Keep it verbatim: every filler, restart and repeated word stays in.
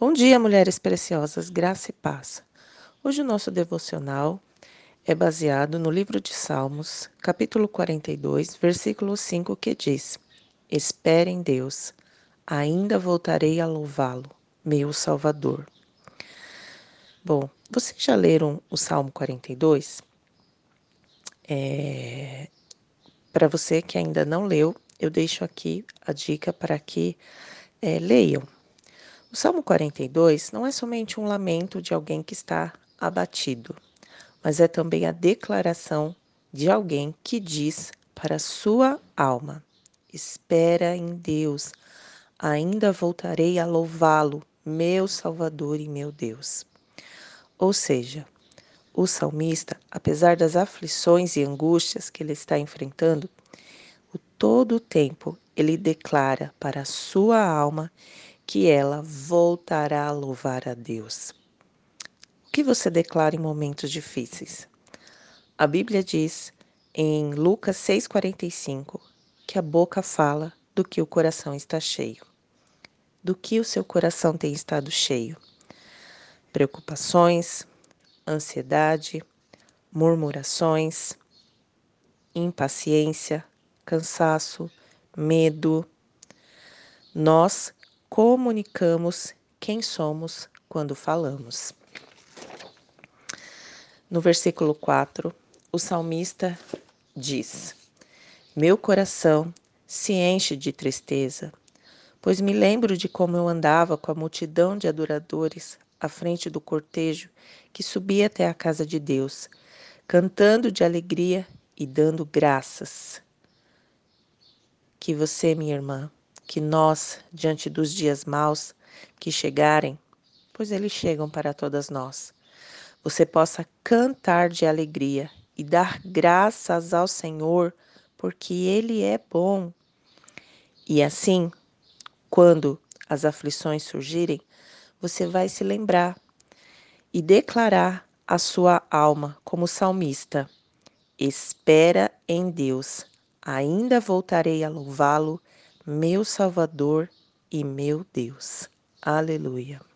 Bom dia, mulheres preciosas, graça e paz. Hoje o nosso devocional é baseado no livro de Salmos, capítulo quarenta e dois, versículo cinco, que diz: Espere em Deus, ainda voltarei a louvá-lo, meu Salvador. Bom, vocês já leram o Salmo quarenta e dois? É... Para você que ainda não leu, eu deixo aqui a dica para que é, leiam. O Salmo quarenta e dois não é somente um lamento de alguém que está abatido, mas é também a declaração de alguém que diz para a sua alma: espera em Deus, ainda voltarei a louvá-lo, meu Salvador e meu Deus. Ou seja, o salmista, apesar das aflições e angústias que ele está enfrentando, o todo o tempo ele declara para a sua alma que ela voltará a louvar a Deus. O que você declara em momentos difíceis? A Bíblia diz em Lucas seis, quarenta e cinco que a boca fala do que o coração está cheio. Do que o seu coração tem estado cheio? Preocupações, ansiedade, murmurações, impaciência, cansaço, medo. Nós comunicamos quem somos quando falamos. No versículo quatro, o salmista diz: Meu coração se enche de tristeza, pois me lembro de como eu andava com a multidão de adoradores à frente do cortejo que subia até a casa de Deus, cantando de alegria e dando graças. Que você, minha irmã, que nós, diante dos dias maus que chegarem, pois eles chegam para todas nós, você possa cantar de alegria e dar graças ao Senhor, porque Ele é bom. E assim, quando as aflições surgirem, você vai se lembrar e declarar à sua alma, como salmista: espera em Deus, ainda voltarei a louvá-lo, meu Salvador e meu Deus. Aleluia.